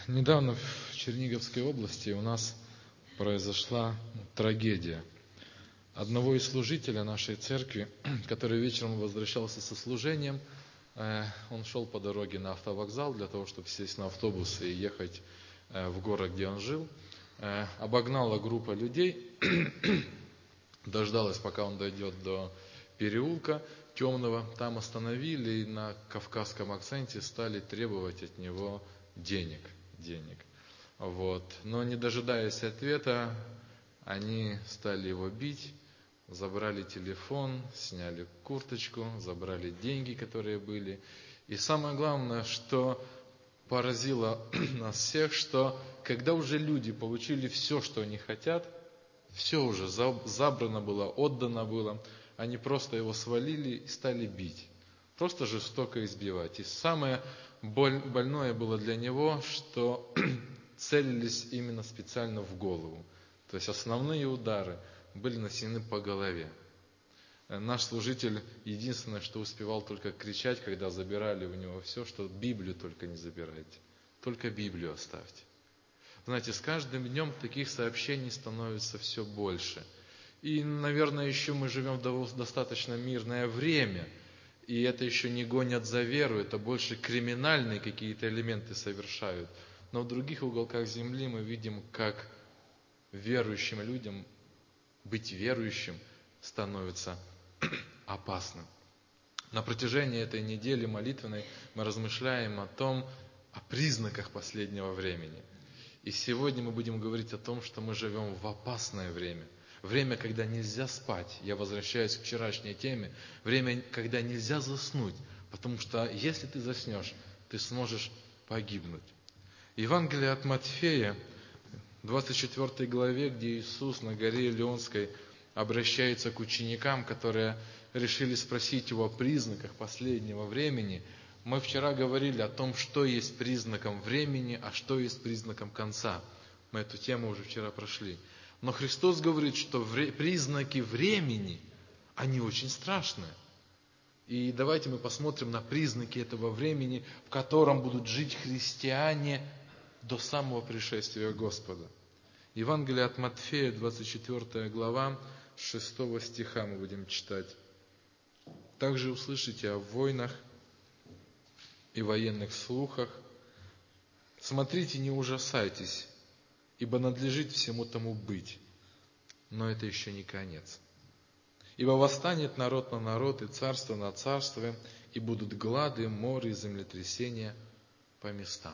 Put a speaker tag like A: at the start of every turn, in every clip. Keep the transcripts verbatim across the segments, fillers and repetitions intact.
A: Недавно в Черниговской области у нас произошла трагедия. Одного из служителей нашей церкви, который вечером возвращался со служением, он шел по дороге на автовокзал для того, чтобы сесть на автобус и ехать в город, где он жил. Обогнала группа людей, дождалась, пока он дойдет до переулка темного, там остановили и на кавказском акценте стали требовать от него денег. денег. Вот. Но не дожидаясь ответа, они стали его бить, забрали телефон, сняли курточку, забрали деньги, которые были. И самое главное, что поразило нас всех, что когда уже люди получили все, что они хотят, все уже забрано было, отдано было, они просто его свалили и стали бить. Просто жестоко избивать. И самое больное было для него, что целились именно специально в голову. То есть основные удары были нанесены по голове. Наш служитель единственное, что успевал только кричать, когда забирали у него все, что Библию только не забирайте. Только Библию оставьте. Знаете, с каждым днем таких сообщений становится все больше. И, наверное, еще мы живем в достаточно мирное время. И это еще не гонят за веру, это больше криминальные какие-то элементы совершают. Но в других уголках земли мы видим, как верующим людям быть верующим становится опасным. На протяжении этой недели молитвенной мы размышляем о том, о признаках последнего времени. И сегодня мы будем говорить о том, что мы живем в опасное время. Время, когда нельзя спать. Я возвращаюсь к вчерашней теме. Время, когда нельзя заснуть. Потому что если ты заснешь, ты сможешь погибнуть. Евангелие от Матфея, двадцать четвёртой главе, где Иисус на горе Илионской обращается к ученикам, которые решили спросить его о признаках последнего времени. Мы вчера говорили о том, что есть признаком времени, а что есть признаком конца. Мы эту тему уже вчера прошли. Но Христос говорит, что признаки времени, они очень страшные. И давайте мы посмотрим на признаки этого времени, в котором будут жить христиане до самого пришествия Господа. Евангелие от Матфея, двадцать четвёртая глава, с шестого стиха мы будем читать. «Также услышите о войнах и военных слухах. Смотрите, не ужасайтесь, ибо надлежит всему тому быть. Но это еще не конец. Ибо восстанет народ на народ, и царство на царство, и будут глады, моры и землетрясения по местам».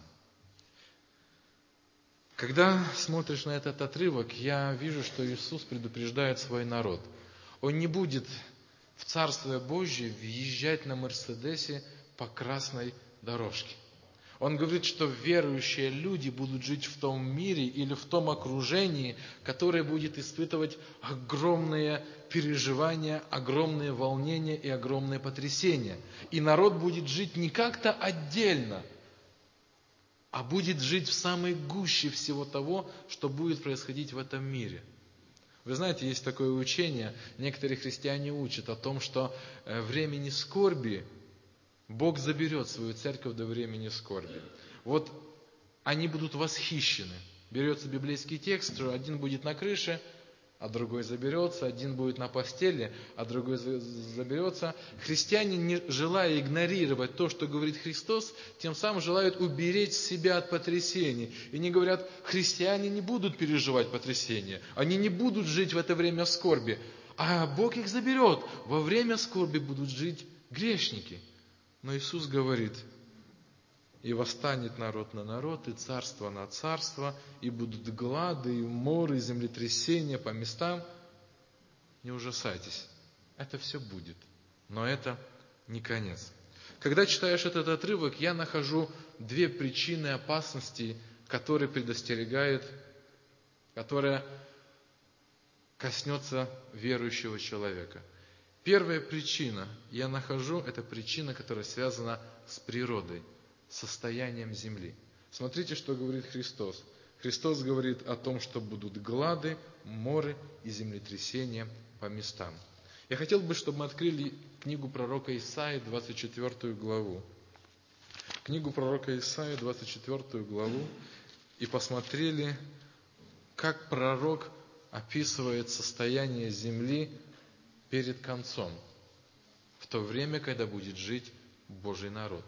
A: Когда смотришь на этот отрывок, я вижу, что Иисус предупреждает свой народ. Он не будет в Царствие Божье въезжать на Мерседесе по красной дорожке. Он говорит, что верующие люди будут жить в том мире или в том окружении, которое будет испытывать огромные переживания, огромные волнения и огромные потрясения. И народ будет жить не как-то отдельно, а будет жить в самой гуще всего того, что будет происходить в этом мире. Вы знаете, есть такое учение, некоторые христиане учат о том, что времени скорби Бог заберет свою церковь до времени скорби. Вот они будут восхищены. Берется библейский текст, что один будет на крыше, а другой заберется, один будет на постели, а другой заберется. Христиане, не желая игнорировать то, что говорит Христос, тем самым желают уберечь себя от потрясений. И они говорят, христиане не будут переживать потрясения, они не будут жить в это время скорби, а Бог их заберет. Во время скорби будут жить грешники. Но Иисус говорит, и восстанет народ на народ, и царство на царство, и будут глады, и моры, и землетрясения по местам. Не ужасайтесь, это все будет, но это не конец. Когда читаешь этот отрывок, я нахожу две причины опасности, которые предостерегают, которые коснется верующего человека. Первая причина, я нахожу, это причина, которая связана с природой, состоянием земли. Смотрите, что говорит Христос. Христос говорит о том, что будут глады, моры и землетрясения по местам. Я хотел бы, чтобы мы открыли книгу пророка Исаии, двадцать четвёртую главу. Книгу пророка Исаии, двадцать четвёртую главу, и посмотрели, как пророк описывает состояние земли перед концом, в то время, когда будет жить Божий народ.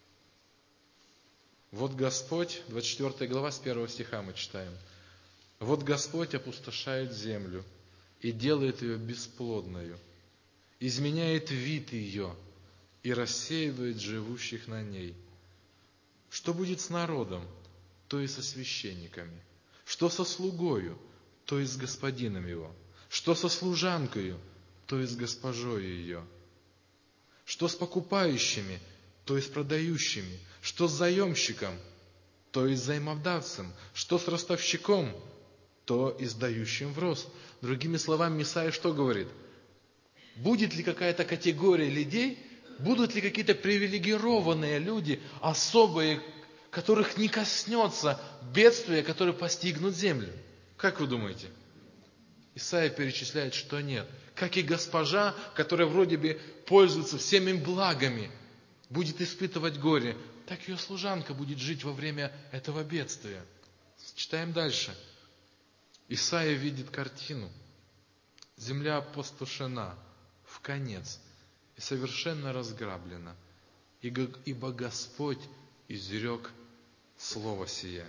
A: Вот Господь, двадцать четвёртая глава, с первого стиха мы читаем. «Вот Господь опустошает землю и делает ее бесплодною, изменяет вид ее и рассеивает живущих на ней. Что будет с народом, то и со священниками, что со слугою, то и с господином его, что со служанкою, то и с госпожою ее, что с покупающими, то и с продающими, что с заемщиком, то и с займодавцем, что с ростовщиком, то и с дающим в рост». Другими словами, Мессия что говорит? Будет ли какая-то категория людей, будут ли какие-то привилегированные люди, особые, которых не коснется бедствия, которые постигнут землю? Как вы думаете? Исаия перечисляет, что нет. Как и госпожа, которая вроде бы пользуется всеми благами, будет испытывать горе, так ее служанка будет жить во время этого бедствия. Читаем дальше. Исаия видит картину. Земля опустошена в конец и совершенно разграблена, ибо Господь изрек слово сие.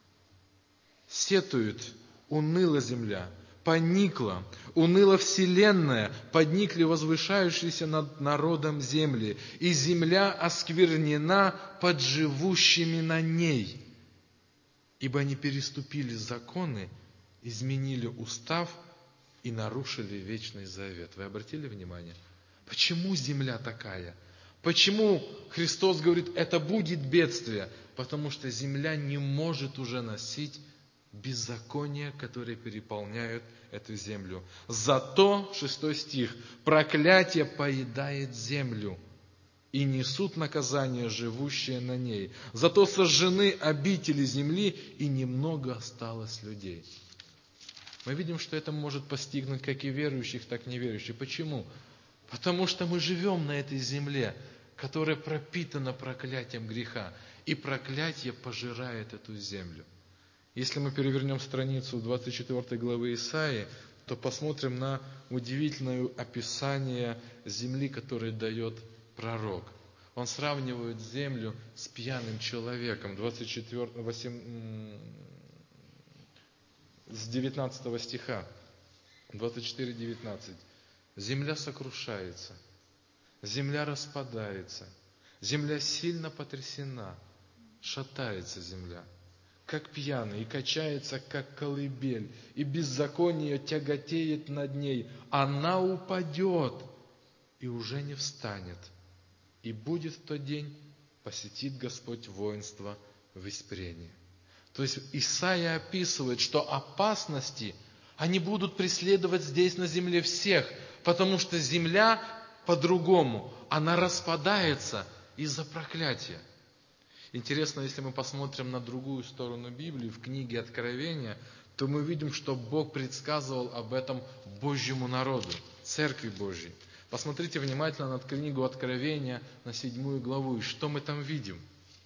A: Сетует, уныла земля, поникла, уныла вселенная, подникли возвышающиеся над народом земли, и земля осквернена под живущими на ней, ибо они переступили законы, изменили устав и нарушили вечный завет. Вы обратили внимание? Почему земля такая? Почему Христос говорит, это будет бедствие? Потому что земля не может уже носить беззакония, которые переполняют эту землю. Зато, шестой стих, проклятие поедает землю, и несут наказание живущие на ней. Зато сожжены обители земли, и немного осталось людей. Мы видим, что это может постигнуть как и верующих, так и неверующих. Почему? Потому что мы живем на этой земле, которая пропитана проклятием греха, и проклятие пожирает эту землю. Если мы перевернем страницу двадцать четвёртой главы Исаии, то посмотрим на удивительное описание земли, которое дает пророк. Он сравнивает землю с пьяным человеком. двадцать четыре, восемь, с девятнадцатого стиха. двадцать четыре девятнадцать. Земля сокрушается, земля распадается, земля сильно потрясена, шатается земля, как пьяный, и качается, как колыбель, и беззаконие тяготеет над ней. Она упадет и уже не встанет. И будет в тот день, посетит Господь воинство в испрении. То есть Исаия описывает, что опасности, они будут преследовать здесь на земле всех, потому что земля по-другому, она распадается из-за проклятия. Интересно, если мы посмотрим на другую сторону Библии, в книге Откровения, то мы видим, что Бог предсказывал об этом Божьему народу, Церкви Божьей. Посмотрите внимательно на книгу Откровения, на седьмую главу, и что мы там видим.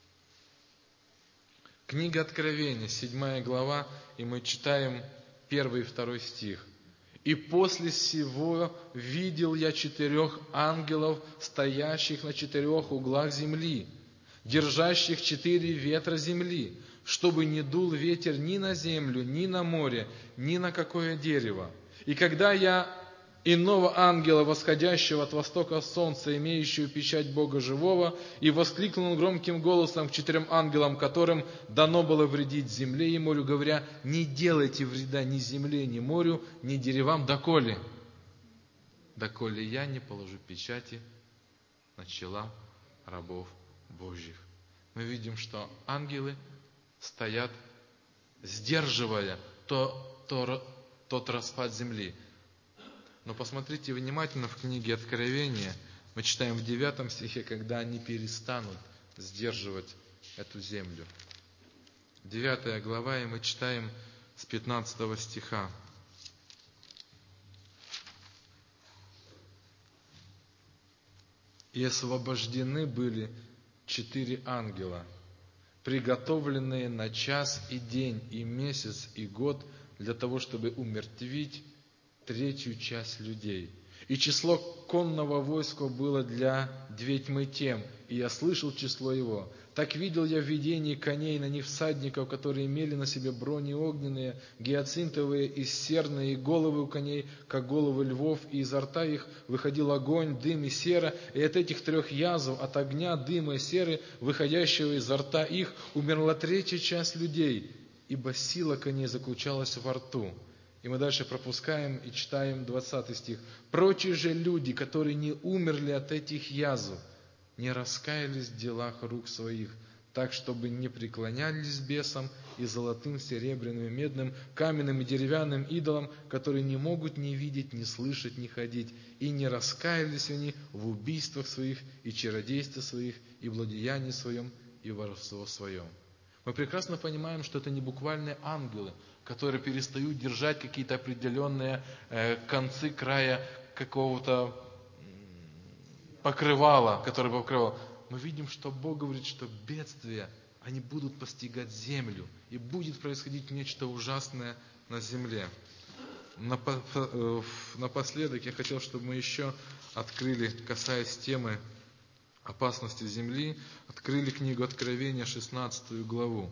A: Книга Откровения, седьмая глава, и мы читаем первый и второй стих. «И после сего видел я четырех ангелов, стоящих на четырех углах земли, держащих четыре ветра земли, чтобы не дул ветер ни на землю, ни на море, ни на какое дерево. И когда я иного ангела, восходящего от востока солнца, имеющего печать Бога живого, и воскликнул громким голосом к четырем ангелам, которым дано было вредить земле и морю, говоря: не делайте вреда ни земле, ни морю, ни деревам, доколе, доколе я не положу печати на чела рабов Божьих». Мы видим, что ангелы стоят, сдерживая то, то, тот распад земли. Но посмотрите внимательно в книге Откровения, мы читаем в девятом стихе, когда они перестанут сдерживать эту землю. Девятая глава, и мы читаем с пятнадцатого стиха. «И освобождены были четыре ангела, приготовленные на час и день, и месяц, и год, для того, чтобы умертвить третью часть людей. И число конного войска было для две тьмы тем, и я слышал число его. Так видел я в видении коней, на них всадников, которые имели на себе брони огненные, гиацинтовые и серные, и головы у коней, как головы львов, и изо рта их выходил огонь, дым и сера, и от этих трех язв, от огня, дыма и серы, выходящего изо рта их, умерла третья часть людей, ибо сила коней заключалась во рту. И мы дальше пропускаем и читаем двадцатый стих. «Прочие же люди, которые не умерли от этих язв, не раскаялись в делах рук своих, так, чтобы не преклонялись бесам и золотым, серебряным и медным, каменным и деревянным идолам, которые не могут ни видеть, ни слышать, ни ходить, и не раскаялись они в убийствах своих, и чародействе своих, и владеянии своем, и воровство своем». Мы прекрасно понимаем, что это не буквальные ангелы, которые перестают держать какие-то определенные э, концы края какого-то покрывала, которое покрывало. Мы видим, что Бог говорит, что бедствия, они будут постигать землю, и будет происходить нечто ужасное на земле. Напоследок я хотел, чтобы мы еще открыли, касаясь темы опасности земли, открыли книгу Откровения, шестнадцатую главу.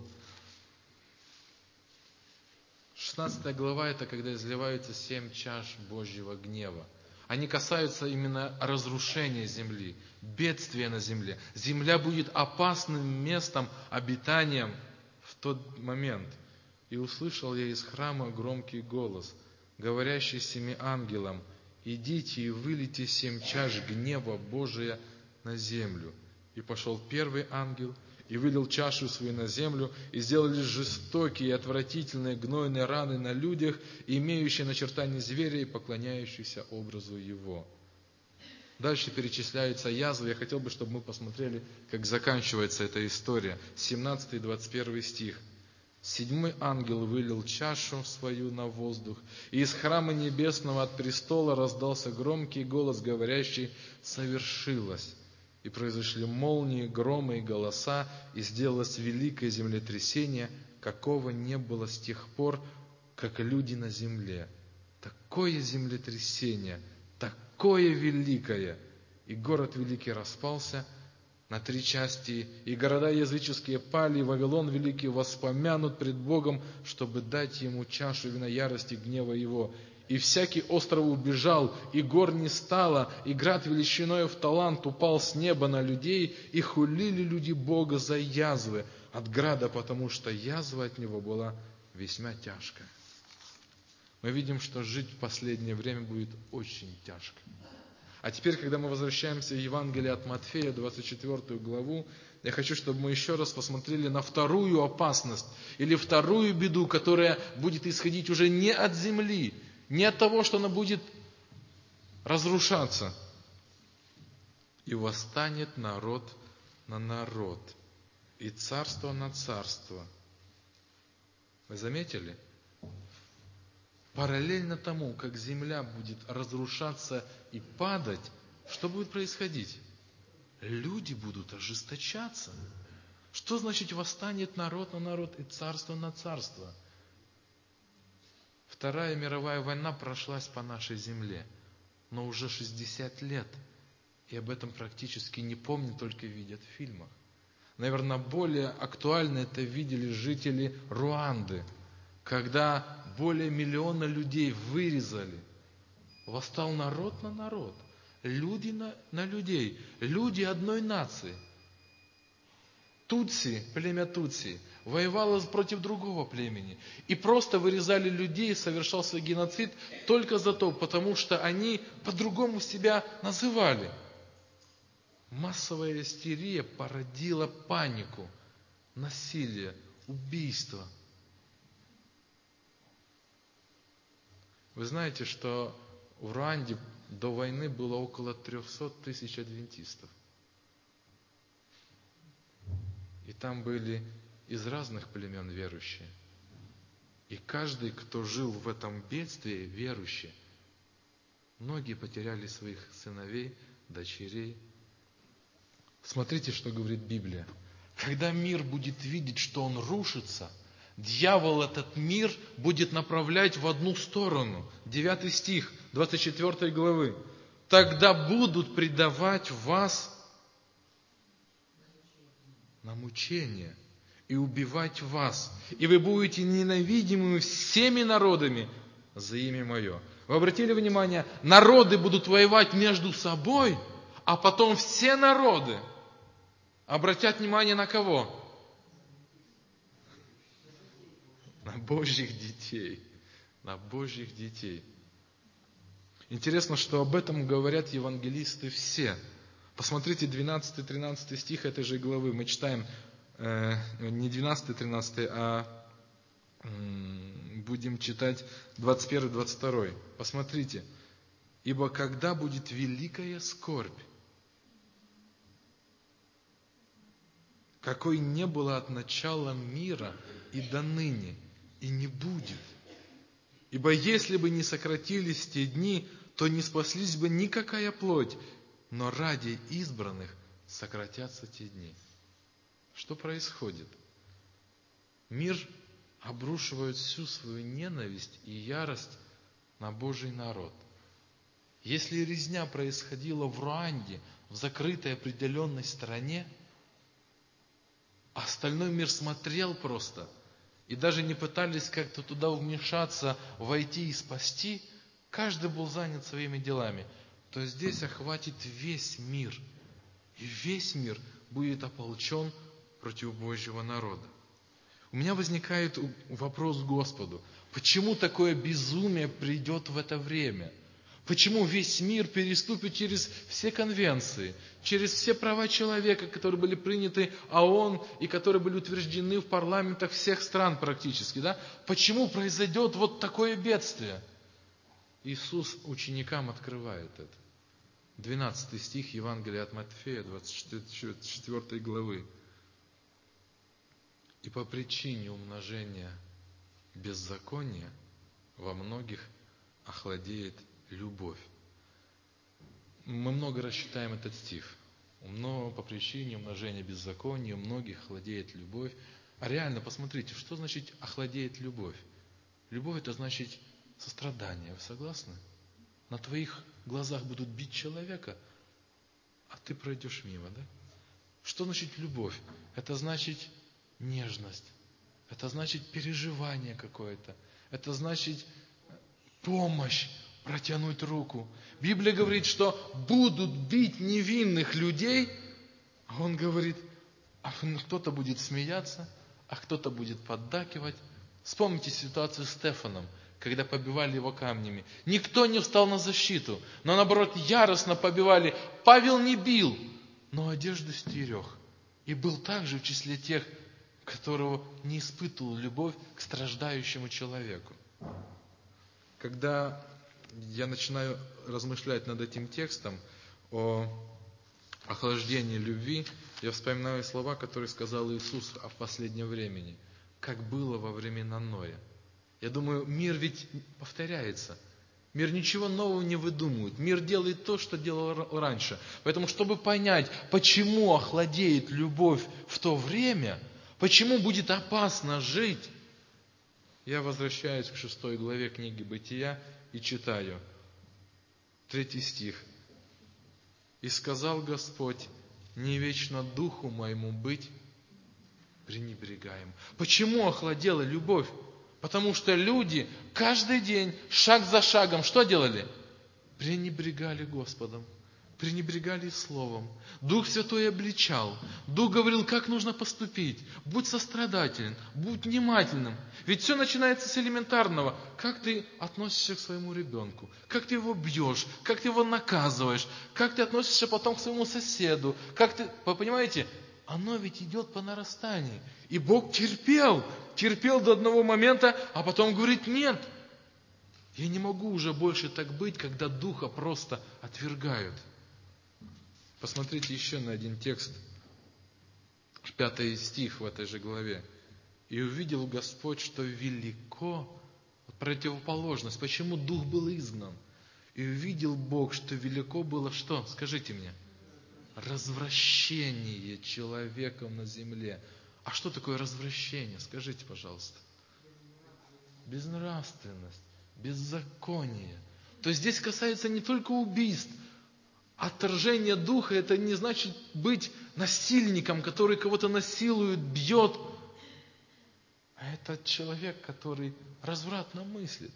A: шестнадцатая глава – это когда изливаются семь чаш Божьего гнева. Они касаются именно разрушения земли, бедствия на земле. Земля будет опасным местом, обитанием в тот момент. «И услышал я из храма громкий голос, говорящий семи ангелам: идите и вылейте семь чаш гнева Божия на землю. И пошел первый ангел, и вылил чашу свою на землю, и сделались жестокие и отвратительные гнойные раны на людях, имеющие начертание зверя и поклоняющиеся образу его». Дальше перечисляются язвы. Я хотел бы, чтобы мы посмотрели, как заканчивается эта история. семнадцатый и двадцать первый стих. «Седьмой ангел вылил чашу свою на воздух, и из храма небесного от престола раздался громкий голос, говорящий: совершилось. И произошли молнии, громы и голоса, и сделалось великое землетрясение, какого не было с тех пор, как люди на земле». Такое землетрясение, такое великое! И город великий распался на три части, и города языческие пали, и Вавилон великий воспомянут пред Богом, чтобы дать ему чашу вина ярости гнева его. И всякий остров убежал, и гор не стало, и град величиною в талант упал с неба на людей, и хулили люди Бога за язвы от града, потому что язва от него была весьма тяжкая. Мы видим, что жить в последнее время будет очень тяжко. А теперь, когда мы возвращаемся в Евангелие от Матфея, двадцать четвёртую главу, я хочу, чтобы мы еще раз посмотрели на вторую опасность или вторую беду, которая будет исходить уже не от земли, не от того, что она будет разрушаться. «И восстанет народ на народ, и царство на царство». Вы заметили? Параллельно тому, как земля будет разрушаться и падать, что будет происходить? Люди будут ожесточаться. Что значит восстанет народ на народ и царство на царство? Вторая мировая война прошлась по нашей земле, но уже шестьдесят лет, и об этом практически не помнят, только видят в фильмах. Наверное, более актуально это видели жители Руанды, когда более миллиона людей вырезали. Восстал народ на народ, люди на, на людей, люди одной нации. Тутси, племя Тутси, воевало против другого племени. И просто вырезали людей, совершался геноцид только за то, потому что они по-другому себя называли. Массовая истерия породила панику, насилие, убийство. Вы знаете, что в Руанде до войны было около трехсот тысяч адвентистов. И там были из разных племен верующие. И каждый, кто жил в этом бедствии, верующий. Многие потеряли своих сыновей, дочерей. Смотрите, что говорит Библия. Когда мир будет видеть, что он рушится, дьявол этот мир будет направлять в одну сторону. Девятый стих двадцать четвёртой главы. Тогда будут предавать вас на мучение и убивать вас, и вы будете ненавидимыми всеми народами за имя Мое. Вы обратили внимание, народы будут воевать между собой, а потом все народы обратят внимание на кого? На Божьих детей. На Божьих детей. Интересно, что об этом говорят евангелисты все. Посмотрите, двенадцатый-тринадцатый стих этой же главы. Мы читаем э, не двенадцатый-тринадцатый, а э, будем читать двадцать первый-двадцать второй. Посмотрите. «Ибо когда будет великая скорбь, какой не было от начала мира и до ныне, и не будет. Ибо если бы не сократились те дни, то не спаслись бы никакая плоть, но ради избранных сократятся те дни». Что происходит? Мир обрушивает всю свою ненависть и ярость на Божий народ. Если резня происходила в Руанде, в закрытой определенной стране, остальной мир смотрел просто, и даже не пытались как-то туда вмешаться, войти и спасти, каждый был занят своими делами, то здесь охватит весь мир, и весь мир будет ополчен против Божьего народа. У меня возникает вопрос к Господу: почему такое безумие придет в это время? Почему весь мир переступит через все конвенции, через все права человека, которые были приняты ООН и которые были утверждены в парламентах всех стран практически? Да? Почему произойдет вот такое бедствие? Иисус ученикам открывает это. двенадцатый стих Евангелия от Матфея, двадцать четвёртой главы. «И по причине умножения беззакония во многих охладеет любовь». Мы много раз читаем этот стих. Но по причине умножения беззакония у многих охладеет любовь. А реально, посмотрите, что значит охладеет любовь? Любовь — это значит сострадание. Вы согласны? На твоих глазах будут бить человека, а ты пройдешь мимо, да? Что значит любовь? Это значит нежность. Это значит переживание какое-то. Это значит помощь, протянуть руку. Библия говорит, что будут бить невинных людей, а он говорит, а кто-то будет смеяться, а кто-то будет поддакивать. Вспомните ситуацию с Стефаном, когда побивали его камнями. Никто не встал на защиту, но наоборот яростно побивали. Павел не бил, но одежду стерег. И был также в числе тех, которого не испытывал любовь к страждающему человеку. Когда я начинаю размышлять над этим текстом о охлаждении любви, я вспоминаю слова, которые сказал Иисус в последнем времени, как было во времена Ноя. Я думаю, мир ведь повторяется. Мир ничего нового не выдумывает. Мир делает то, что делал раньше. Поэтому, чтобы понять, почему охладеет любовь в то время, почему будет опасно жить, я возвращаюсь к шестой главе книги Бытия и читаю. Третий стих. «И сказал Господь, не вечно духу моему быть пренебрегаем». Почему охладела любовь? Потому что люди каждый день, шаг за шагом, что делали? Пренебрегали Господом, пренебрегали Словом. Дух Святой обличал. Дух говорил, как нужно поступить. Будь сострадателен, будь внимательным. Ведь все начинается с элементарного. Как ты относишься к своему ребенку? Как ты его бьешь? Как ты его наказываешь? Как ты относишься потом к своему соседу? Как ты, вы понимаете, оно ведь идет по нарастанию. И Бог терпел, терпел до одного момента, а потом говорит, нет, я не могу уже больше так быть, когда Духа просто отвергают. Посмотрите еще на один текст, пятый стих в этой же главе. «И увидел Господь, что велико», противоположность, почему Дух был изгнан. «И увидел Бог, что велико было» что? Скажите мне. развращение человеком на земле. А что такое развращение? Скажите, пожалуйста. Безнравственность, беззаконие. То есть здесь касается не только убийств. Отторжение духа — это не значит быть насильником, который кого-то насилует, бьет. А это человек, который развратно мыслит.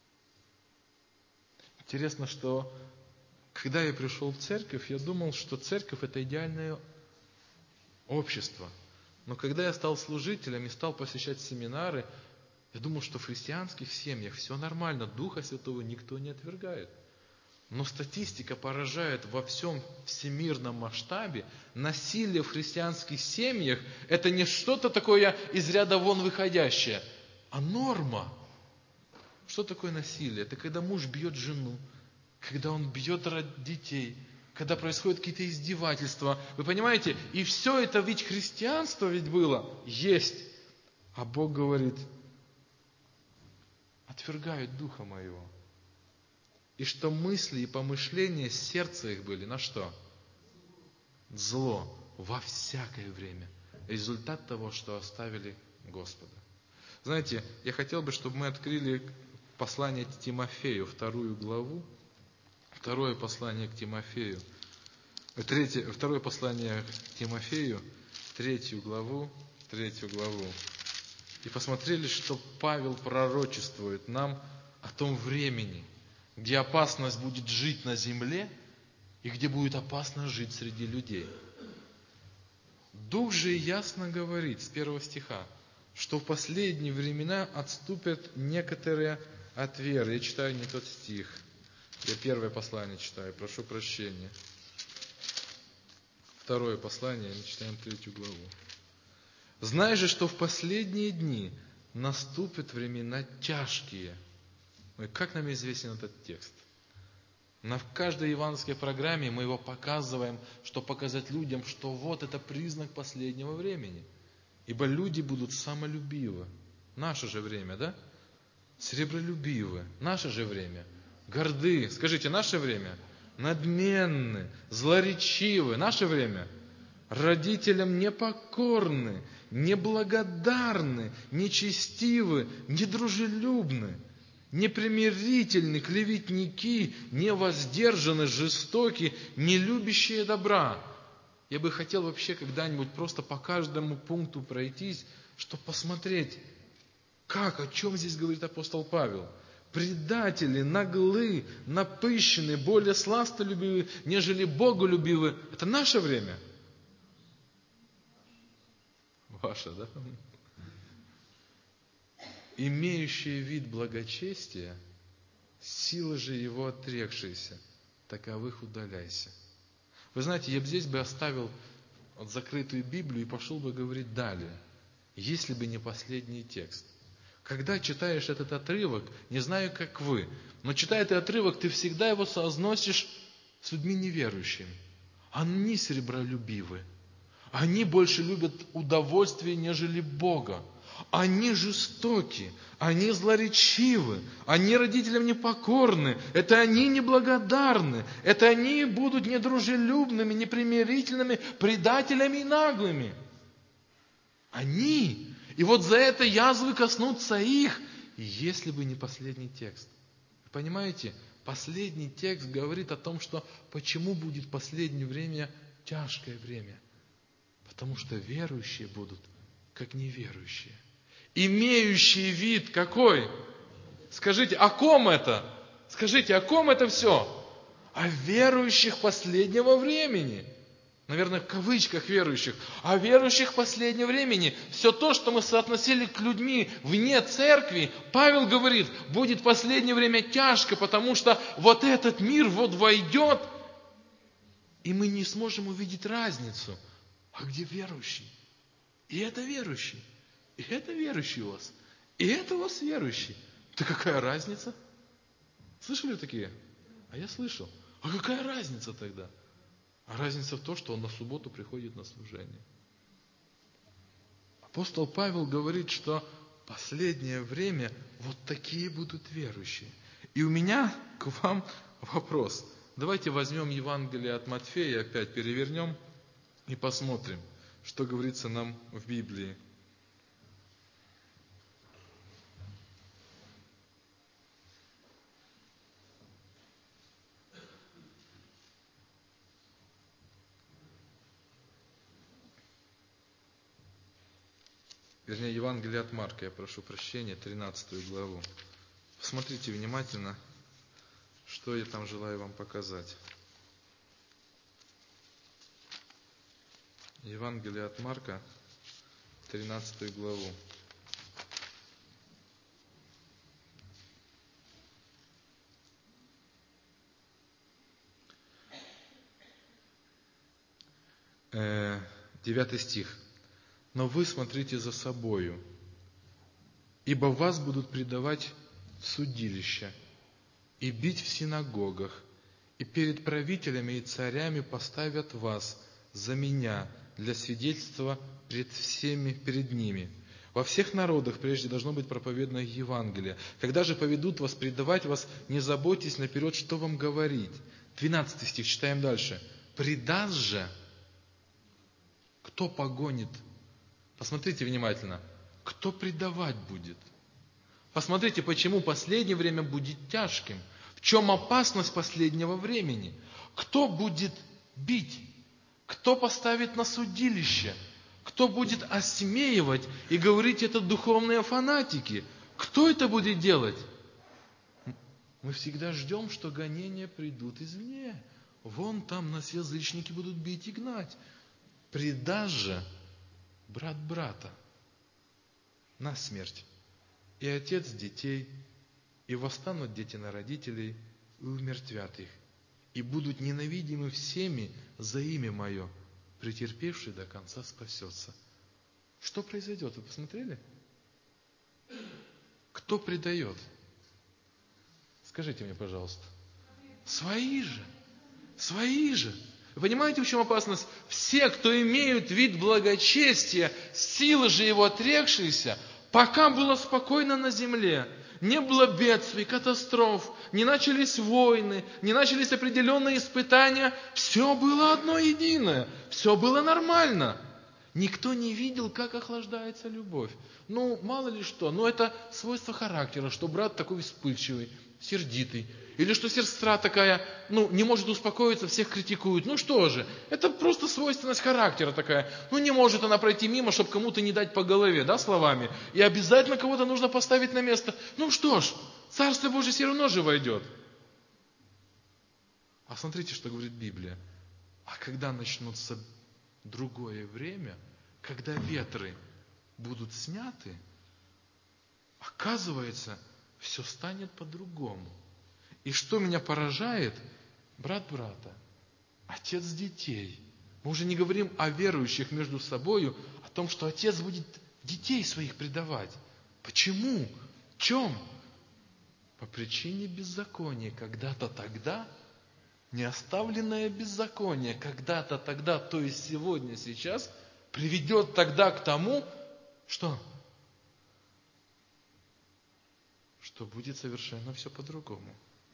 A: Интересно, что когда я пришел в церковь, я думал, что церковь — это идеальное общество. Но когда я стал служителем и стал посещать семинары, я думал, что в христианских семьях все нормально, Духа Святого никто не отвергает. Но статистика поражает: во всем всемирном масштабе насилие в христианских семьях – это не что-то такое из ряда вон выходящее, а норма. Что такое насилие? Это когда муж бьет жену, когда он бьет детей, когда происходят какие-то издевательства. Вы понимаете? И все это ведь христианство ведь было, есть. А Бог говорит: отвергают духа моего. И что мысли и помышления сердца их были на что? Зло во всякое время. Результат того, что оставили Господа. Знаете, я хотел бы, чтобы мы открыли послание к Тимофею, вторую главу. Второе послание к Тимофею. Третье, второе послание к Тимофею, третью главу, третью главу. И посмотрели, что Павел пророчествует нам о том времени, где опасность будет жить на земле и где будет опасно жить среди людей. Дух же ясно говорит с первого стиха, что в последние времена отступят некоторые от веры. Я читаю не тот стих. Я первое послание читаю, прошу прощения. Второе послание, мы читаем третью главу. «Знай же, что в последние дни наступят времена тяжкие». И как нам известен этот текст? На каждой евангельской программе мы его показываем, чтобы показать людям, что вот это признак последнего времени. Ибо люди будут самолюбивы. Наше же время, да? Сребролюбивы. Наше же время. Горды. Скажите, наше время? Надменны, злоречивы. Наше время? Родителям непокорны, неблагодарны, нечестивы, недружелюбны, непримирительны, клеветники, невоздержаны, жестоки, не любящие добра. Я бы хотел вообще когда-нибудь просто по каждому пункту пройтись, чтобы посмотреть, как, о чем здесь говорит апостол Павел. Предатели, наглы, напыщенные, более сластолюбивы, нежели боголюбивы. Это наше время? Ваше, да? Имеющие вид благочестия, сила же его отрекшаяся, таковых удаляйся. Вы знаете, я бы здесь бы оставил вот закрытую Библию и пошел бы говорить далее, если бы не последний текст. Когда читаешь этот отрывок, не знаю, как вы, но читая этот отрывок, ты всегда его соотносишь с людьми неверующими. Они сребролюбивы. Они больше любят удовольствие, нежели Бога. Они жестоки, они злоречивы, они родителям непокорны, это они неблагодарны, это они будут недружелюбными, непримирительными, предателями и наглыми. Они. И вот за это язвы коснутся их, если бы не последний текст. Вы понимаете, последний текст говорит о том, что почему будет последнее время тяжкое время. Потому что верующие будут, как неверующие. Имеющие вид какой? Скажите, о ком это? Скажите, о ком это все? О верующих последнего времени. Наверное, в кавычках верующих. О верующих последнего времени. Все то, что мы соотносили к людьми вне церкви, Павел говорит, будет последнее время тяжко, потому что вот этот мир вот войдет, и мы не сможем увидеть разницу. А где верующий? И это верующий. И это верующий у вас. И это у вас верующий. Да какая разница? Слышали такие? А я слышал. А какая разница тогда? А разница в том, что он на субботу приходит на служение. Апостол Павел говорит, что последнее время вот такие будут верующие. И у меня к вам вопрос. Давайте возьмем Евангелие от Матфея, опять перевернем и посмотрим, что говорится нам в Библии. Вернее, Евангелие от Марка, я прошу прощения, тринадцатую главу. Посмотрите внимательно, что я там желаю вам показать. Евангелие от Марка, тринадцатую главу. Э, девятый стих. «Но вы смотрите за собою, ибо вас будут предавать в судилище и бить в синагогах, и перед правителями и царями поставят вас за меня для свидетельства пред всеми, перед ними. Во всех народах прежде должно быть проповедано Евангелие. Когда же поведут вас предавать вас, не заботьтесь наперед, что вам говорить». двенадцатый стих, читаем дальше. «Предаст же, кто погонит». Посмотрите внимательно. Кто предавать будет? Посмотрите, почему последнее время будет тяжким. В чем опасность последнего времени? Кто будет бить? Кто поставит на судилище? Кто будет осмеивать и говорить, это духовные фанатики? Кто это будет делать? Мы всегда ждем, что гонения придут извне. Вон там нас язычники будут бить и гнать. Предаст же брат брата на смерть, и отец детей, и восстанут дети на родителей, и умертвят их, и будут ненавидимы всеми за имя Мое, претерпевший до конца спасется. Что произойдет? Вы посмотрели? Кто предает? Скажите мне, пожалуйста. Свои же. Свои же. Вы понимаете, в чем опасность? Все, кто имеют вид благочестия, силы же его отрекшиеся, пока было спокойно на земле, не было бедствий, катастроф, не начались войны, не начались определенные испытания, все было одно единое, все было нормально. Никто не видел, как охлаждается любовь. Ну, мало ли что, но это свойство характера, что брат такой вспыльчивый, сердитый. Или что сестра такая, ну, не может успокоиться, всех критикует. Ну что же, это просто свойственность характера такая. Ну не может она пройти мимо, чтобы кому-то не дать по голове, да, словами. И обязательно кого-то нужно поставить на место. Ну что ж, Царство Божие все равно же войдет. А смотрите, что говорит Библия. А когда начнется другое время, когда ветры будут сняты, оказывается, все станет по-другому. И что меня поражает, брат брата, отец детей. Мы уже не говорим о верующих между собою, о том, что отец будет детей своих предавать. Почему? В чем? По причине беззакония. Когда-то тогда, неоставленное беззаконие, когда-то тогда, то есть сегодня, сейчас, приведет тогда к тому, что? Что будет совершенно все по-другому.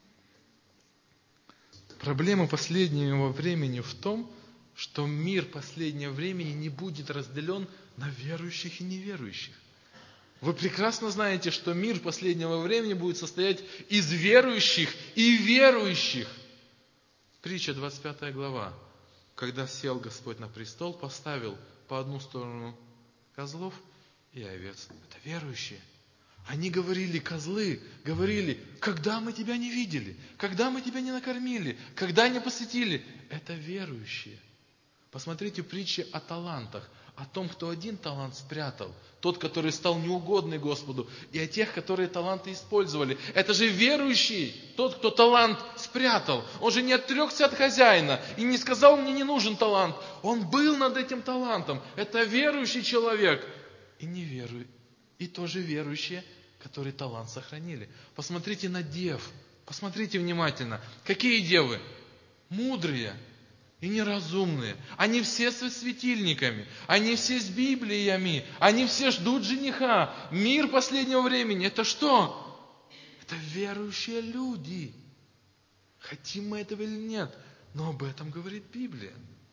A: Проблема последнего времени в том, что мир последнего времени не будет разделен на верующих и неверующих. Вы прекрасно знаете, что мир последнего времени будет состоять из верующих и верующих. Притча двадцать пятая глава. Когда сел Господь на престол, поставил по одну сторону козлов и овец. Это верующие. Они говорили, козлы, говорили, когда мы тебя не видели, когда мы тебя не накормили, когда не посетили. Это верующие. Посмотрите притчи о талантах, о том, кто один талант спрятал, тот, который стал неугодный Господу, и о тех, которые таланты использовали. Это же верующий, тот, кто талант спрятал. Он же не отрекся от хозяина и не сказал, мне не нужен талант. Он был над этим талантом. Это верующий человек. И не верующий. И тоже верующие, которые талант сохранили. Посмотрите на дев. Посмотрите внимательно. Какие девы? Мудрые и неразумные. Они все со светильниками. Они все с Библиями. Они все ждут жениха. Мир последнего времени. Это что? Это верующие люди. Хотим мы этого или нет, но об этом говорит Библия.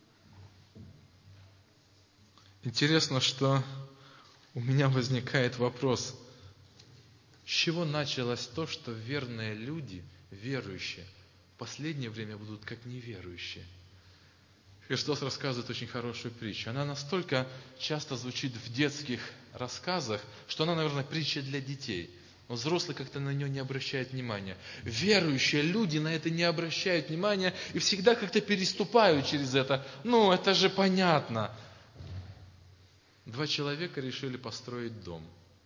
A: Интересно, что у меня возникает вопрос, с чего началось то, что верные люди, верующие, в последнее время будут как неверующие? Христос рассказывает очень хорошую притчу. Она настолько часто звучит в детских рассказах, что она, наверное, притча для детей. Но взрослые как-то на нее не обращают внимания. Верующие люди на это не обращают внимания и всегда как-то переступают через это. Ну, это же понятно. Два человека решили построить дом.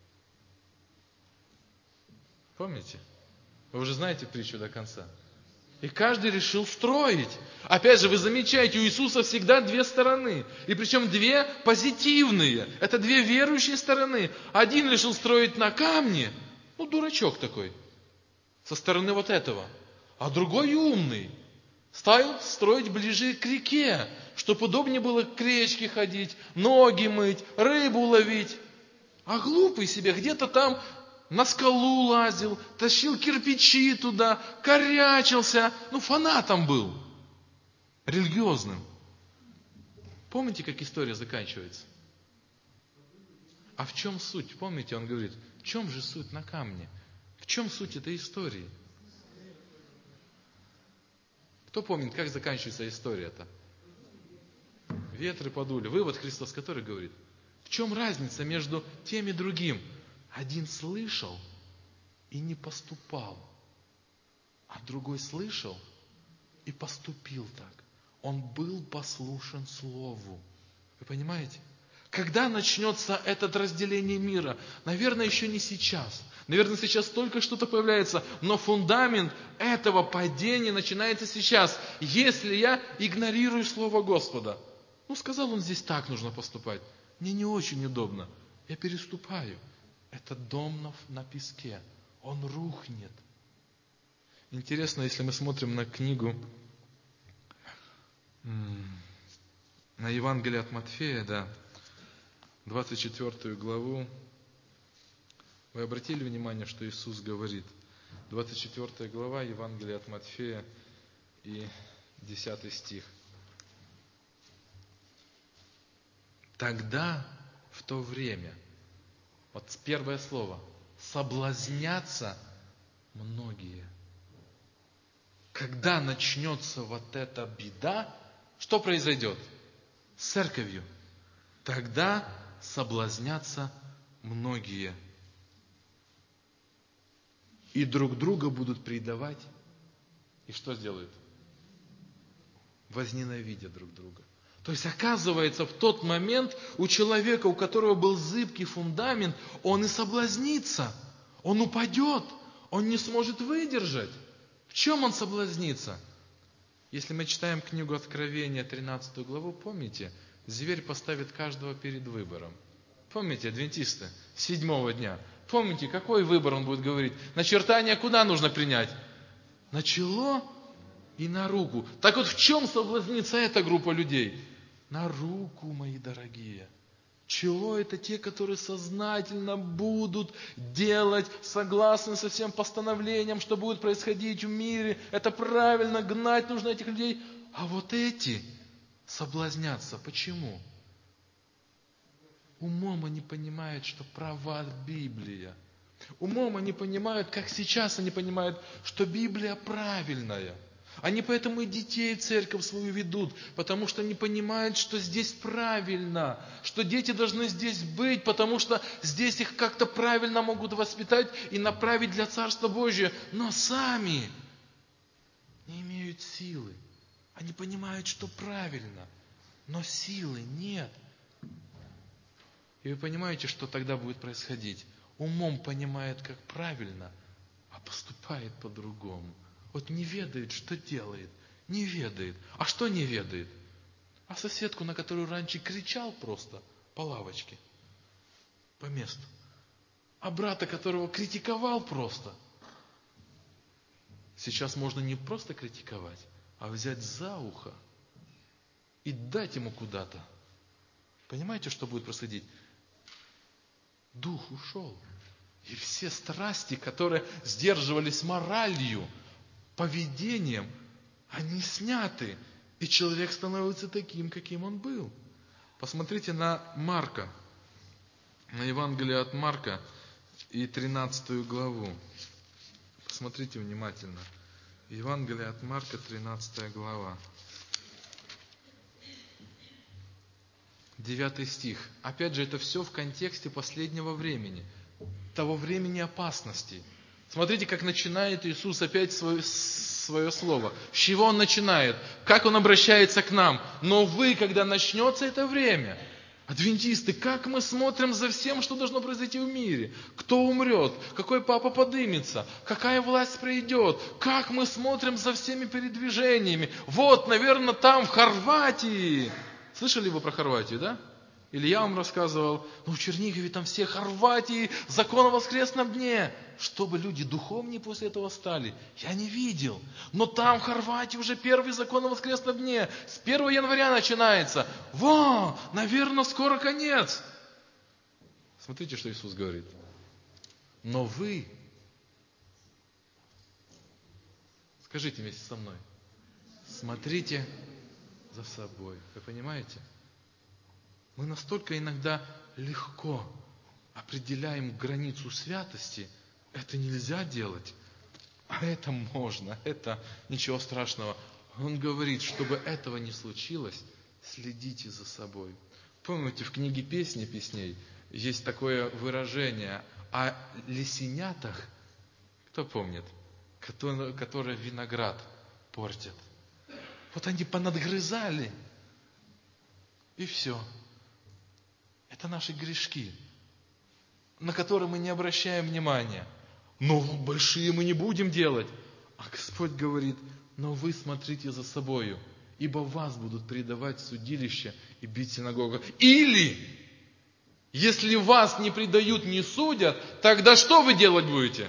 A: Помните? Вы уже знаете притчу до конца. И каждый решил строить. Опять же, вы замечаете, у Иисуса всегда две стороны. И причем две позитивные. Это две верующие стороны. Один решил строить на камне. Ну, дурачок такой. Со стороны вот этого. А другой умный. Стал строить ближе к реке. Чтобы удобнее было к речке ходить, ноги мыть, рыбу ловить. А глупый себе где-то там на скалу лазил, тащил кирпичи туда, корячился. Ну, фанатом был. Религиозным. Помните, как история заканчивается? А в чем суть? Помните, он говорит, в чем же суть на камне? В чем суть этой истории? Кто помнит, как заканчивается история-то? Ветры подули. Вывод Христос, который говорит, в чем разница между тем и другим? Один слышал и не поступал, а другой слышал и поступил так. Он был послушен Слову. Вы понимаете? Когда начнется это разделение мира? Наверное, еще не сейчас. Наверное, сейчас только что-то появляется. Но фундамент этого падения начинается сейчас. Если я игнорирую Слово Господа. Ну, сказал он, здесь так нужно поступать. Мне не очень удобно. Я переступаю. Этот дом на, на песке. Он рухнет. Интересно, если мы смотрим на книгу, на Евангелие от Матфея, да, двадцать четвёртую главу. Вы обратили внимание, что Иисус говорит? двадцать четвёртая глава, Евангелие от Матфея и десятый стих. Тогда, в то время, вот первое слово, соблазнятся многие. Когда начнется вот эта беда, что произойдет с церковью? Тогда соблазнятся многие. И друг друга будут предавать. И что сделают? Возненавидят друг друга. То есть, оказывается, в тот момент у человека, у которого был зыбкий фундамент, он и соблазнится. Он упадет. Он не сможет выдержать. В чем он соблазнится? Если мы читаем книгу Откровения, тринадцатую главу, помните, зверь поставит каждого перед выбором. Помните, адвентисты, седьмого дня. Помните, какой выбор он будет говорить? Начертание куда нужно принять? На чело и на руку. Так вот, в чем соблазнится эта группа людей? На руку, мои дорогие. Чело — это те, которые сознательно будут делать, согласно со всем постановлениям, что будет происходить в мире. Это правильно, гнать нужно этих людей. А вот эти соблазнятся. Почему? Умом они понимают, что права Библия. Умом они понимают, как сейчас они понимают, что Библия правильная. Они поэтому и детей в церковь свою ведут, потому что они понимают, что здесь правильно, что дети должны здесь быть, потому что здесь их как-то правильно могут воспитать и направить для Царства Божия, но сами не имеют силы. Они понимают, что правильно, но силы нет. И вы понимаете, что тогда будет происходить? Умом понимает, как правильно, а поступает по-другому. Вот не ведает, что делает. Не ведает. А что не ведает? А соседку, на которую раньше кричал просто по лавочке, по месту. А брата, которого критиковал просто. Сейчас можно не просто критиковать, а взять за ухо и дать ему куда-то. Понимаете, что будет происходить? Дух ушел. И все страсти, которые сдерживались моралью, поведением, они сняты, и человек становится таким, каким он был. Посмотрите на Марка, на Евангелие от Марка и тринадцатую главу. Посмотрите внимательно. Евангелие от Марка, тринадцатая глава. девятый стих. Опять же, это все в контексте последнего времени, того времени опасности. Смотрите, как начинает Иисус опять свое, свое слово. С чего Он начинает? Как Он обращается к нам? Но вы, когда начнется это время, адвентисты, как мы смотрим за всем, что должно произойти в мире? Кто умрет? Какой папа подымется? Какая власть придет? Как мы смотрим за всеми передвижениями? Вот, наверное, там, в Хорватии. Слышали вы про Хорватию, да? Или я вам рассказывал, ну в Чернигове там все Хорватии, закон о воскресном дне. Чтобы люди духовнее после этого стали, я не видел. Но там в Хорватии уже первый закон о воскресном дне. С первого января начинается. Во, наверное, скоро конец. Смотрите, что Иисус говорит. Но вы, скажите вместе со мной, смотрите за собой. Вы понимаете? Мы настолько иногда легко определяем границу святости. Это нельзя делать, а это можно, это ничего страшного. Он говорит, чтобы этого не случилось, следите за собой. Помните, в книге «Песни песней» есть такое выражение о лисенятах, кто помнит, которые, которые виноград портят. Вот они понадгрызали, и все. Это наши грешки, на которые мы не обращаем внимания. Но большие мы не будем делать. А Господь говорит, но вы смотрите за собою, ибо вас будут предавать в судилище и бить в синагогах. Или, если вас не предают, не судят, тогда что вы делать будете?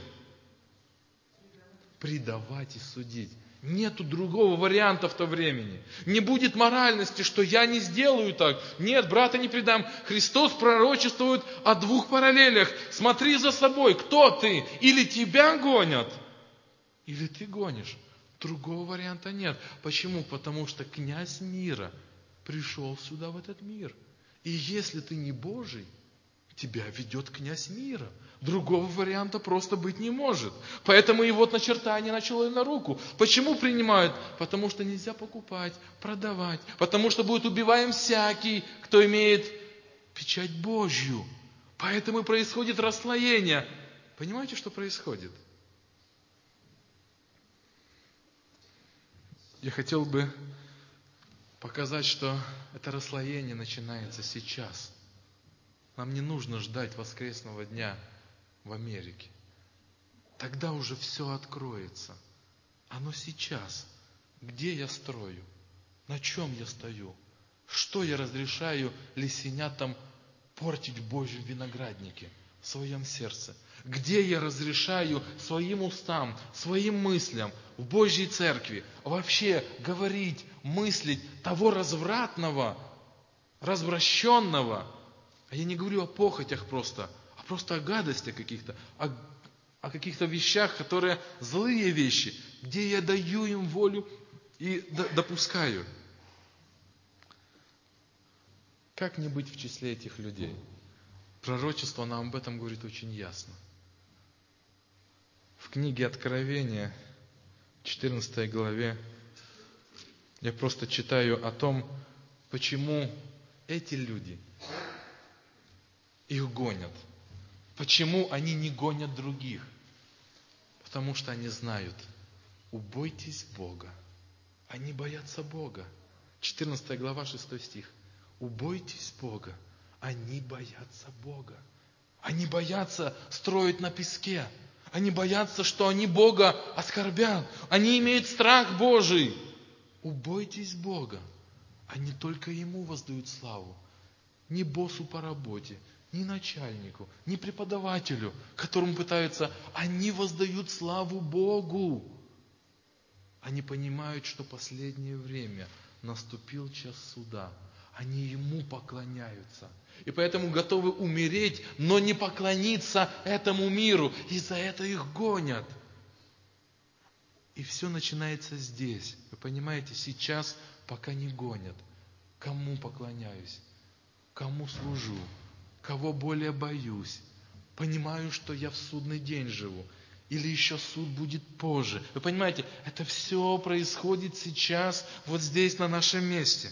A: Предавать и судить. Нету другого варианта в то времени. Не будет моральности, что я не сделаю так. Нет, брата не предам. Христос пророчествует о двух параллелях. Смотри за собой, кто ты? Или тебя гонят, или ты гонишь. Другого варианта нет. Почему? Потому что князь мира пришел сюда, в этот мир. И если ты не Божий, тебя ведет князь мира. Другого варианта просто быть не может. Поэтому и вот начертание начало на руку. Почему принимают? Потому что нельзя покупать, продавать. Потому что будет убиваем всякий, кто имеет печать Божью. Поэтому и происходит расслоение. Понимаете, что происходит? Я хотел бы показать, что это расслоение начинается сейчас. Нам не нужно ждать воскресного дня в Америке. Тогда уже все откроется. Оно сейчас. Где я строю? На чем я стою? Что я разрешаю лисенятам портить в Божьем винограднике, в своем сердце? Где я разрешаю своим устам, своим мыслям в Божьей церкви вообще говорить, мыслить того развратного, развращенного? А я не говорю о похотях просто, а просто о гадостях каких-то, о, о каких-то вещах, которые злые вещи, где я даю им волю и допускаю. Как не быть в числе этих людей? Пророчество нам об этом говорит очень ясно. В книге Откровения, четырнадцатой главе, я просто читаю о том, почему эти люди их гонят. Почему они не гонят других? Потому что они знают, убойтесь Бога. Они боятся Бога. четырнадцатая глава, шестой стих. Убойтесь Бога. Они боятся Бога. Они боятся строить на песке. Они боятся, что они Бога оскорбят. Они имеют страх Божий. Убойтесь Бога. Они только Ему воздают славу. Не боссу по работе, ни начальнику, ни преподавателю, которому пытаются, они воздают славу Богу. Они понимают, что последнее время наступил час суда. Они Ему поклоняются. И поэтому готовы умереть, но не поклониться этому миру. И за это их гонят. И все начинается здесь. Вы понимаете, сейчас пока не гонят. Кому поклоняюсь? Кому служу? Кого более боюсь? Понимаю, что я в судный день живу. Или еще суд будет позже. Вы понимаете, это все происходит сейчас, вот здесь, на нашем месте.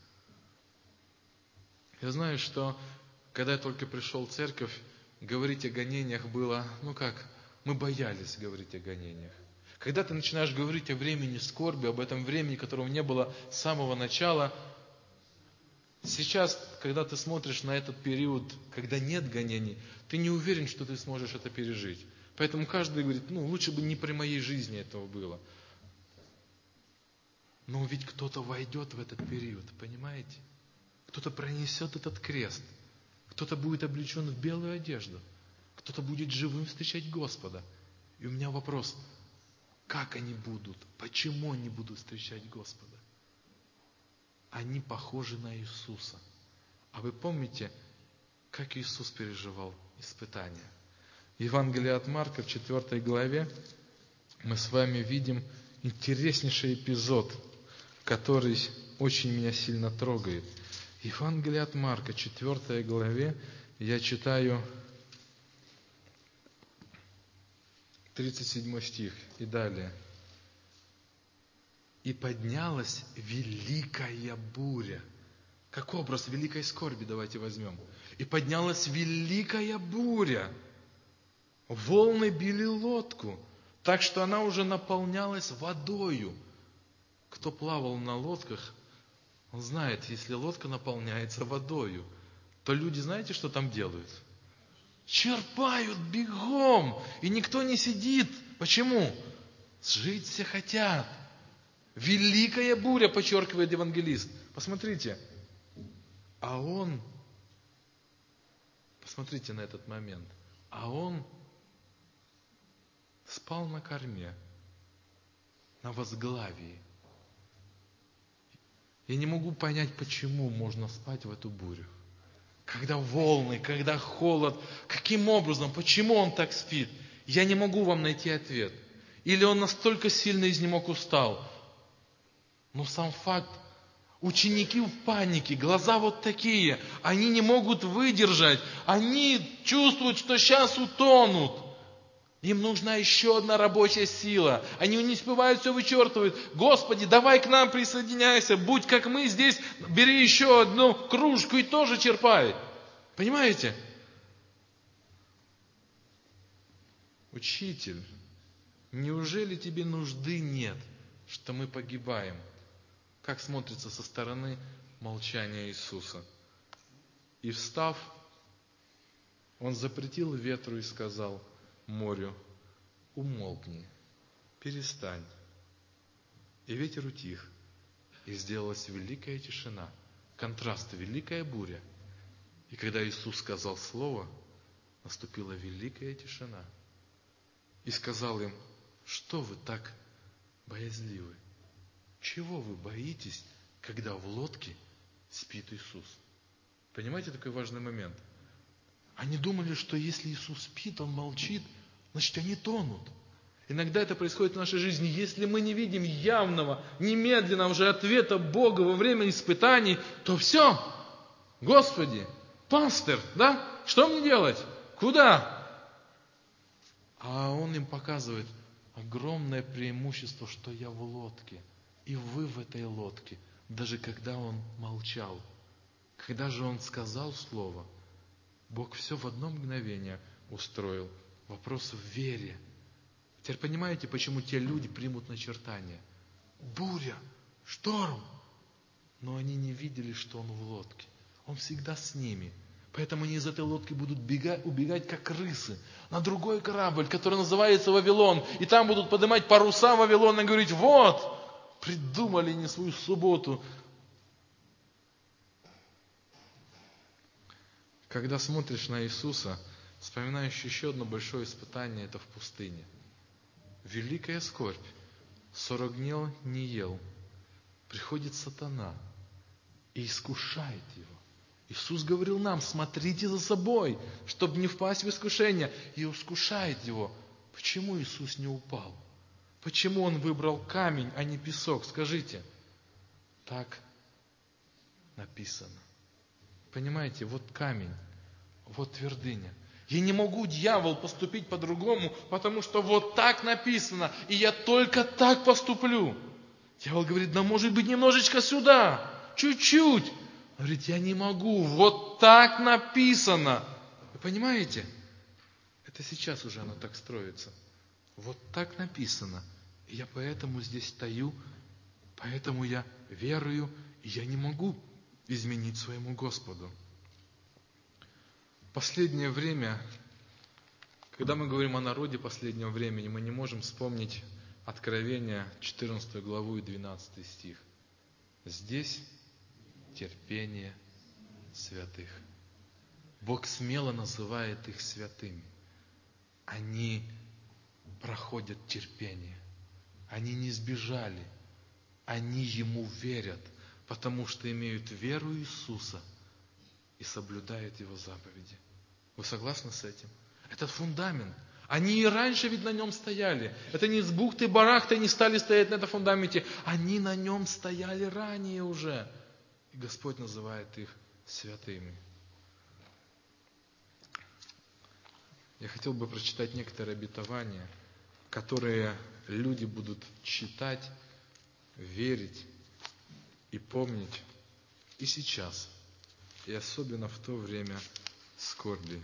A: Я знаю, что когда я только пришел в церковь, говорить о гонениях было, ну как, мы боялись говорить о гонениях. Когда ты начинаешь говорить о времени скорби, об этом времени, которого не было с самого начала, сейчас, когда ты смотришь на этот период, когда нет гонений, ты не уверен, что ты сможешь это пережить. Поэтому каждый говорит, ну лучше бы не при моей жизни этого было. Но ведь кто-то войдет в этот период, понимаете? Кто-то пронесет этот крест. Кто-то будет облечен в белую одежду. Кто-то будет живым встречать Господа. И у меня вопрос, как они будут? Почему они будут встречать Господа? Они похожи на Иисуса. А вы помните, как Иисус переживал испытания? В Евангелии от Марка, в четвёртой главе, мы с вами видим интереснейший эпизод, который очень меня сильно трогает. Евангелие от Марка, четвёртой главе, я читаю тридцать седьмой стих и далее. «И поднялась великая буря». Как образ великой скорби давайте возьмем. «И поднялась великая буря. Волны били лодку, так что она уже наполнялась водою». Кто плавал на лодках, он знает, если лодка наполняется водою, то люди, знаете, что там делают? Черпают бегом, и никто не сидит. Почему? Жить все хотят. Великая буря, подчеркивает евангелист. Посмотрите. А он, посмотрите на этот момент, а он спал на корме, на возглавии. Я не могу понять, почему можно спать в эту бурю. Когда волны, когда холод, каким образом, почему он так спит? Я не могу вам найти ответ. Или он настолько сильно изнемог, устал. Но сам факт, ученики в панике, глаза вот такие, они не могут выдержать, они чувствуют, что сейчас утонут. Им нужна еще одна рабочая сила. Они не успевают, все вычерпывают. Господи, давай к нам присоединяйся, будь как мы здесь, бери еще одну кружку и тоже черпай. Понимаете? Учитель, неужели тебе нужды нет, что мы погибаем? Как смотрится со стороны молчания Иисуса? И встав, он запретил ветру и сказал морю: умолкни, перестань. И ветер утих, и сделалась великая тишина. Контраст, великая буря. И когда Иисус сказал слово, наступила великая тишина. И сказал им: что вы так боязливы? Чего вы боитесь, когда в лодке спит Иисус? Понимаете такой важный момент? Они думали, что если Иисус спит, Он молчит, значит, они тонут. Иногда это происходит в нашей жизни. Если мы не видим явного, немедленного же ответа Бога во время испытаний, то все. Господи, пастырь, да? Что мне делать? Куда? А Он им показывает огромное преимущество, что я в лодке. И вы в этой лодке, даже когда Он молчал. Когда же Он сказал слово, Бог все в одно мгновение устроил. Вопрос в вере. Теперь понимаете, почему те люди примут начертание? Буря, шторм. Но они не видели, что Он в лодке. Он всегда с ними. Поэтому они из этой лодки будут бегать, убегать, как крысы, на другой корабль, который называется Вавилон. И там будут поднимать паруса Вавилона и говорить: вот, придумали не свою субботу. Когда смотришь на Иисуса, вспоминаешь еще одно большое испытание, это в пустыне. Великая скорбь. Сорок дней не ел. Приходит сатана и искушает его. Иисус говорил нам: смотрите за собой, чтобы не впасть в искушение. И искушает его. Почему Иисус не упал? Почему он выбрал камень, а не песок? Скажите. Так написано. Понимаете, вот камень, вот твердыня. Я не могу, дьявол, поступить по-другому, потому что вот так написано, и я только так поступлю. Дьявол говорит, да может быть немножечко сюда, чуть-чуть. Он говорит, я не могу, вот так написано. Вы понимаете? Это сейчас уже оно так строится. Вот так написано. И я поэтому здесь стою, поэтому я верую, и я не могу изменить своему Господу. Последнее время, когда мы говорим о народе последнего времени, мы не можем вспомнить Откровение, четырнадцатую главу и двенадцатый стих. Здесь терпение святых. Бог смело называет их святыми. Они проходят терпение. Они не сбежали. Они Ему верят, потому что имеют веру Иисуса и соблюдают Его заповеди. Вы согласны с этим? Этот фундамент. Они и раньше ведь на нем стояли. Это не с бухты-барахты не стали стоять на этом фундаменте. Они на нем стояли ранее уже. И Господь называет их святыми. Я хотел бы прочитать некоторые обетования, которые люди будут читать, верить и помнить и сейчас, и особенно в то время скорби.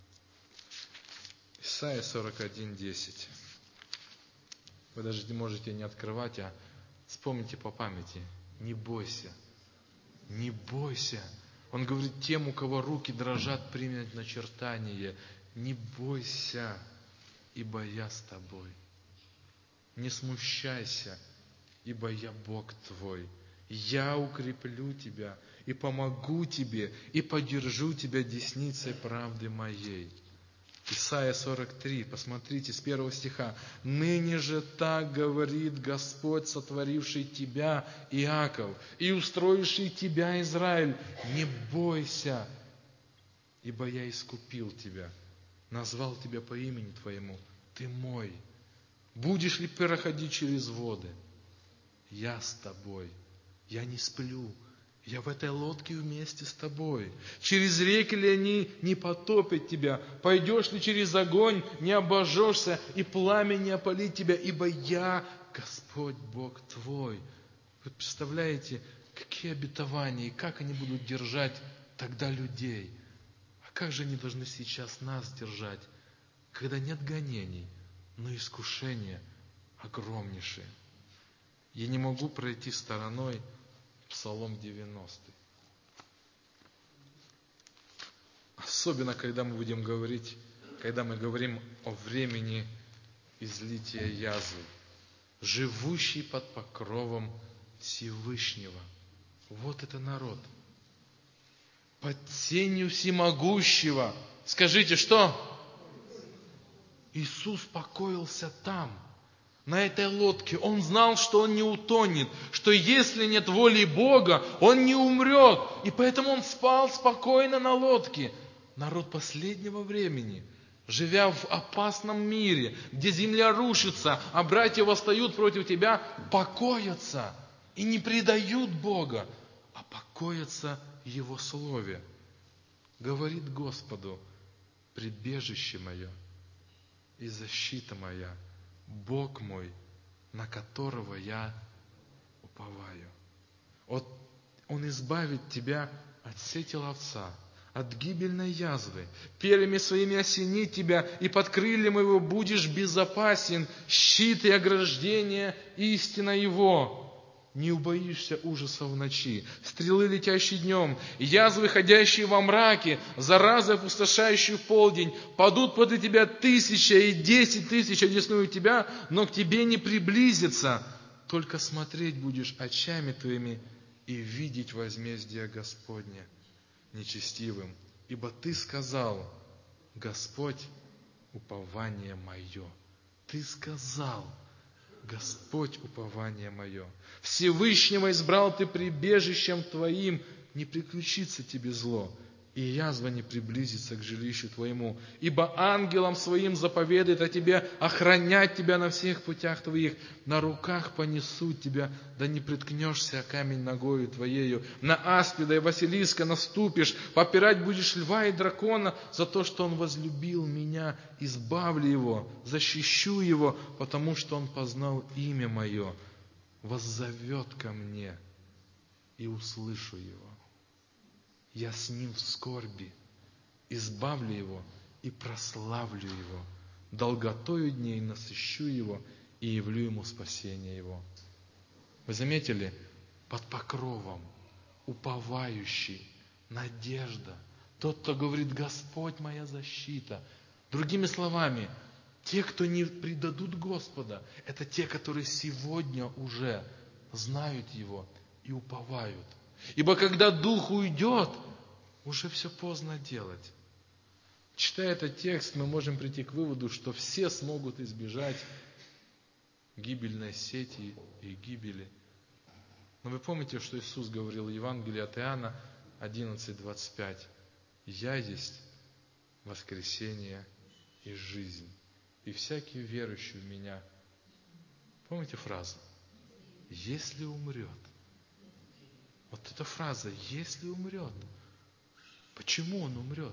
A: Исайя сорок один, десять. Вы даже можете не открывать, а вспомните по памяти. Не бойся, не бойся. Он говорит тем, у кого руки дрожат, принять начертание. Не бойся, ибо я с тобой. Не смущайся, ибо я Бог твой. Я укреплю тебя и помогу тебе, и поддержу тебя десницей правды моей. Исайя сорок три, посмотрите, с первого стиха. «Ныне же так говорит Господь, сотворивший тебя, Иаков, и устроивший тебя, Израиль, не бойся, ибо я искупил тебя, назвал тебя по имени твоему, ты мой. Будешь ли проходить через воды? Я с тобой, я не сплю, я в этой лодке вместе с тобой. Через реки ли они не потопят тебя? Пойдешь ли через огонь, не обожжешься, и пламя не опалит тебя, ибо я Господь Бог твой». Вы представляете, какие обетования, и как они будут держать тогда людей? А как же они должны сейчас нас держать, когда нет гонений, но искушения огромнейшие? Я не могу пройти стороной Псалом девяностый. Особенно, когда мы будем говорить, когда мы говорим о времени излития язвы. Живущий под покровом Всевышнего. Вот это народ. Под тенью всемогущего. Скажите, что? Иисус покоился там, на этой лодке. Он знал, что он не утонет, что если нет воли Бога, он не умрет. И поэтому он спал спокойно на лодке. Народ последнего времени, живя в опасном мире, где земля рушится, а братья восстают против тебя, покоятся и не предают Бога, а покоятся в Его Слове. Говорит Господу: прибежище мое и защита моя, Бог мой, на которого я уповаю. Вот Он избавит тебя от сети ловца, от гибельной язвы, перьями своими осенит тебя, и под крыльям его будешь безопасен, щит и ограждение истина его. Не убоишься ужаса в ночи, стрелы, летящие днем, язвы, ходящие во мраке, заразы, опустошающие в полдень. Падут подле тебя тысяча и десять тысяч одесную тебя, но к тебе не приблизится. Только смотреть будешь очами твоими и видеть возмездие Господне нечестивым. Ибо ты сказал: Господь, упование мое. Ты сказал: Господь, упование мое. Всевышнего избрал ты прибежищем твоим, не приключится тебе зло, и язва не приблизится к жилищу твоему. Ибо ангелом своим заповедает о тебе охранять тебя на всех путях твоих. На руках понесут тебя, да не приткнешься о камень ногою твоею. На аспида и Василиска наступишь, попирать будешь льва и дракона за то, что он возлюбил меня. Избавлю его, защищу его, потому что он познал имя мое. Воззовет ко мне, и услышу его. Я с ним в скорби, избавлю его и прославлю его. Долготою дней насыщу его и явлю ему спасение его. Вы заметили? Под покровом, уповающий, надежда. Тот, кто говорит: Господь моя защита. Другими словами, те, кто не предадут Господа, это те, которые сегодня уже знают Его и уповают. Ибо когда Дух уйдет, уже все поздно делать. Читая этот текст, мы можем прийти к выводу, что все смогут избежать гибельной сети и гибели. Но вы помните, что Иисус говорил в Евангелии от Иоанна одиннадцать двадцать пять. «Я есть воскресение и жизнь, и всякий верующий в Меня». Помните фразу? «Если умрет». Вот эта фраза «если умрет». Почему он умрет?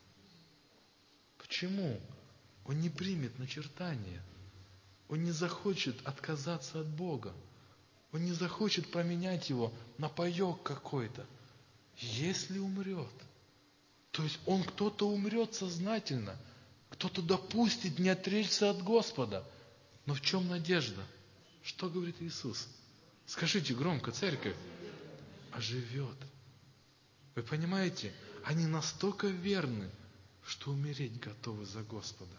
A: Почему? Он не примет начертание. Он не захочет отказаться от Бога. Он не захочет променять его на паек какой-то. Если умрет. То есть он кто-то умрет сознательно. Кто-то допустит не отречься от Господа. Но в чем надежда? Что говорит Иисус? Скажите громко, церковь. Оживет. Вы понимаете? Они настолько верны, что умереть готовы за Господа.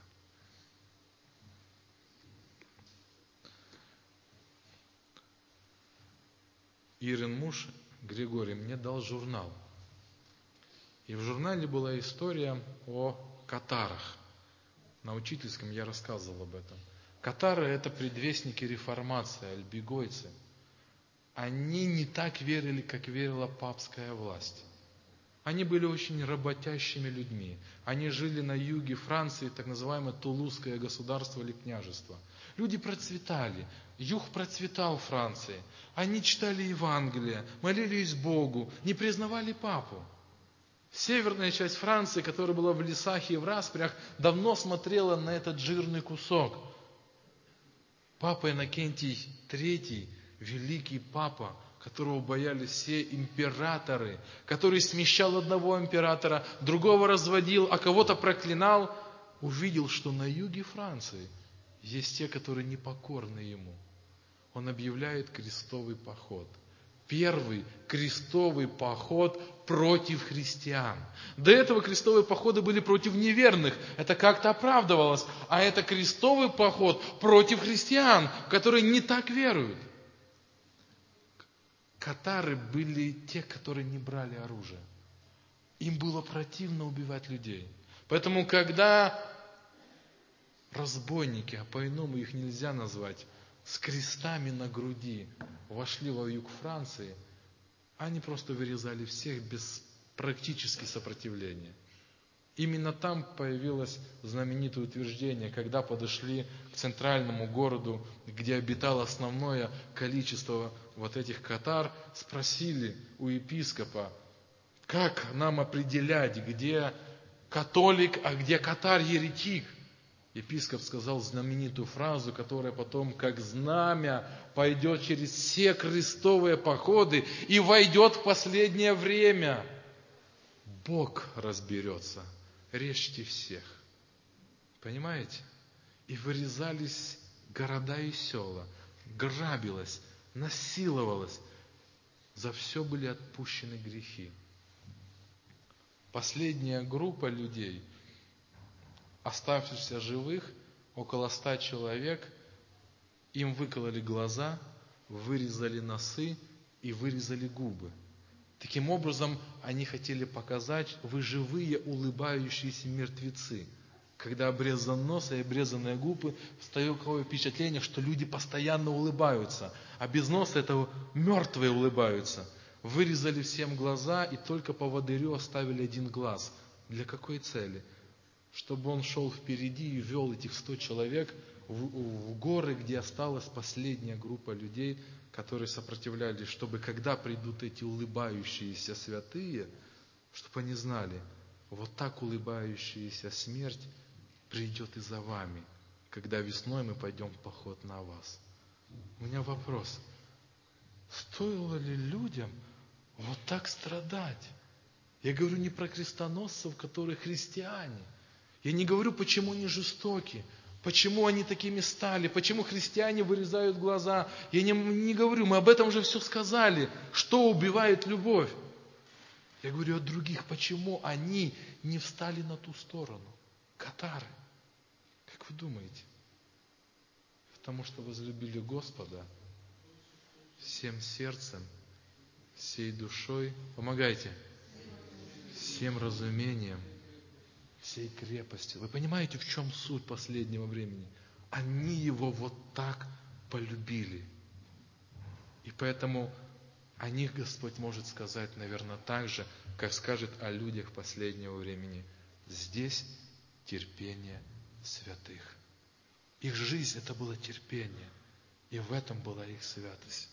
A: Ирин муж, Григорий, мне дал журнал. И в журнале была история о катарах. На учительском я рассказывал об этом. Катары – это предвестники реформации, альбегойцы. Они не так верили, как верила папская власть. Они были очень работящими людьми. Они жили на юге Франции, так называемое Тулузское государство или княжество. Люди процветали. Юг процветал Франции. Они читали Евангелие, молились Богу, не признавали папу. Северная часть Франции, которая была в лесах и в распрях, давно смотрела на этот жирный кусок. Папа Иннокентий третий, великий папа, которого боялись все императоры, который смещал одного императора, другого разводил, а кого-то проклинал, увидел, что на юге Франции есть те, которые непокорны ему. Он объявляет крестовый поход. Первый крестовый поход против христиан. До этого крестовые походы были против неверных. Это как-то оправдывалось. А это крестовый поход против христиан, которые не так веруют. Катары были те, которые не брали оружие. Им было противно убивать людей. Поэтому, когда разбойники, а по-иному их нельзя назвать, с крестами на груди вошли во юг Франции, они просто вырезали всех без практически сопротивления. Именно там появилось знаменитое утверждение, когда подошли к центральному городу, где обитало основное количество вот этих катар, спросили у епископа, как нам определять, где католик, а где катар-еретик. Епископ сказал знаменитую фразу, которая потом, как знамя, пойдет через все крестовые походы и войдет в последнее время. Бог разберется. Режьте всех. Понимаете? И вырезались города и села. Грабилось, насиловалось. За все были отпущены грехи. Последняя группа людей, оставшихся живых, около ста человек, им выкололи глаза, вырезали носы и вырезали губы. Таким образом, они хотели показать, вы живые, улыбающиеся мертвецы. Когда обрезан нос и обрезанные губы, встает такое впечатление, что люди постоянно улыбаются, а без носа это мертвые улыбаются. вырезали всем глаза и только поводырю оставили один глаз. Для какой цели? Чтобы он шел впереди и вел этих сто человек в, в горы, где осталась последняя группа людей, которые сопротивлялись, чтобы когда придут эти улыбающиеся святые, чтобы они знали, вот так улыбающаяся смерть придет и за вами, когда весной мы пойдем в поход на вас. У меня вопрос. Стоило ли людям вот так страдать? Я говорю не про крестоносцев, которые христиане. Я не говорю, почему они жестоки, почему они такими стали, почему христиане вырезают глаза. Я не, не говорю, мы об этом уже все сказали, что убивает любовь. Я говорю о других, почему они не встали на ту сторону. Катары. Как вы думаете? Потому что возлюбили Господа всем сердцем, всей душой. Помогайте. Всем разумением, всей крепостью. Вы понимаете, в чем суть последнего времени? Они его вот так полюбили. И поэтому о них Господь может сказать, наверное, так же, как скажет о людях последнего времени. Здесь терпение святых. Их жизнь – это было терпение. И в этом была их святость.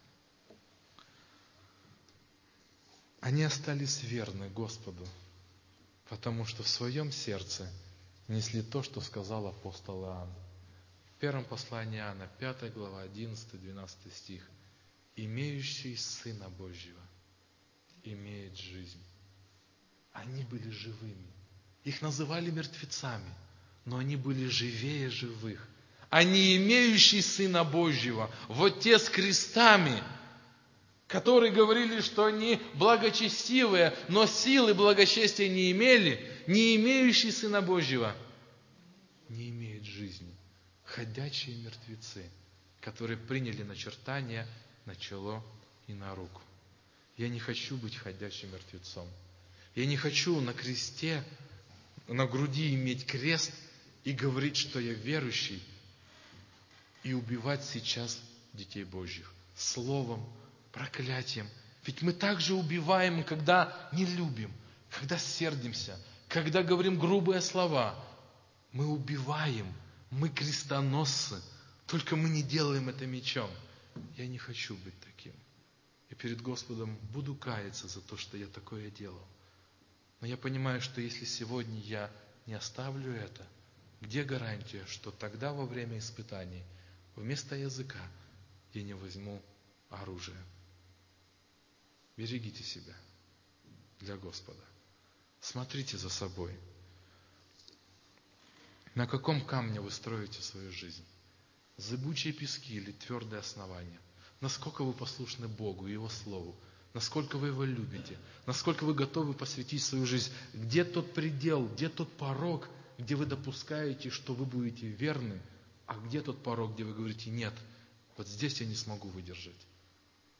A: Они остались верны Господу, потому что в своем сердце несли то, что сказал апостол Иоанн. В первом послании Иоанна, пятая глава, одиннадцатый-двенадцатый стих. «Имеющий Сына Божьего имеет жизнь». Они были живыми. Их называли мертвецами, но они были живее живых. Они имеющие Сына Божьего, вот те с крестами, которые говорили, что они благочестивые, но силы благочестия не имели, не имеющие Сына Божьего, не имеют жизни. Ходячие мертвецы, которые приняли начертание на чело и на руку. Я не хочу быть ходячим мертвецом. Я не хочу на кресте, на груди иметь крест и говорить, что я верующий, и убивать сейчас детей Божьих словом, проклятием. Ведь мы также убиваем, когда не любим, когда сердимся, когда говорим грубые слова. Мы убиваем, мы крестоносцы, только мы не делаем это мечом. Я не хочу быть таким. И перед Господом буду каяться за то, что я такое делал. Но я понимаю, что если сегодня я не оставлю это, где гарантия, что тогда во время испытаний вместо языка я не возьму оружие? Берегите себя для Господа. Смотрите за собой. На каком камне вы строите свою жизнь? Зыбучие пески или твердые основания? Насколько вы послушны Богу и Его Слову? Насколько вы Его любите? Насколько вы готовы посвятить свою жизнь? Где тот предел, где тот порог, где вы допускаете, что вы будете верны, а где тот порог, где вы говорите, нет, вот здесь я не смогу выдержать.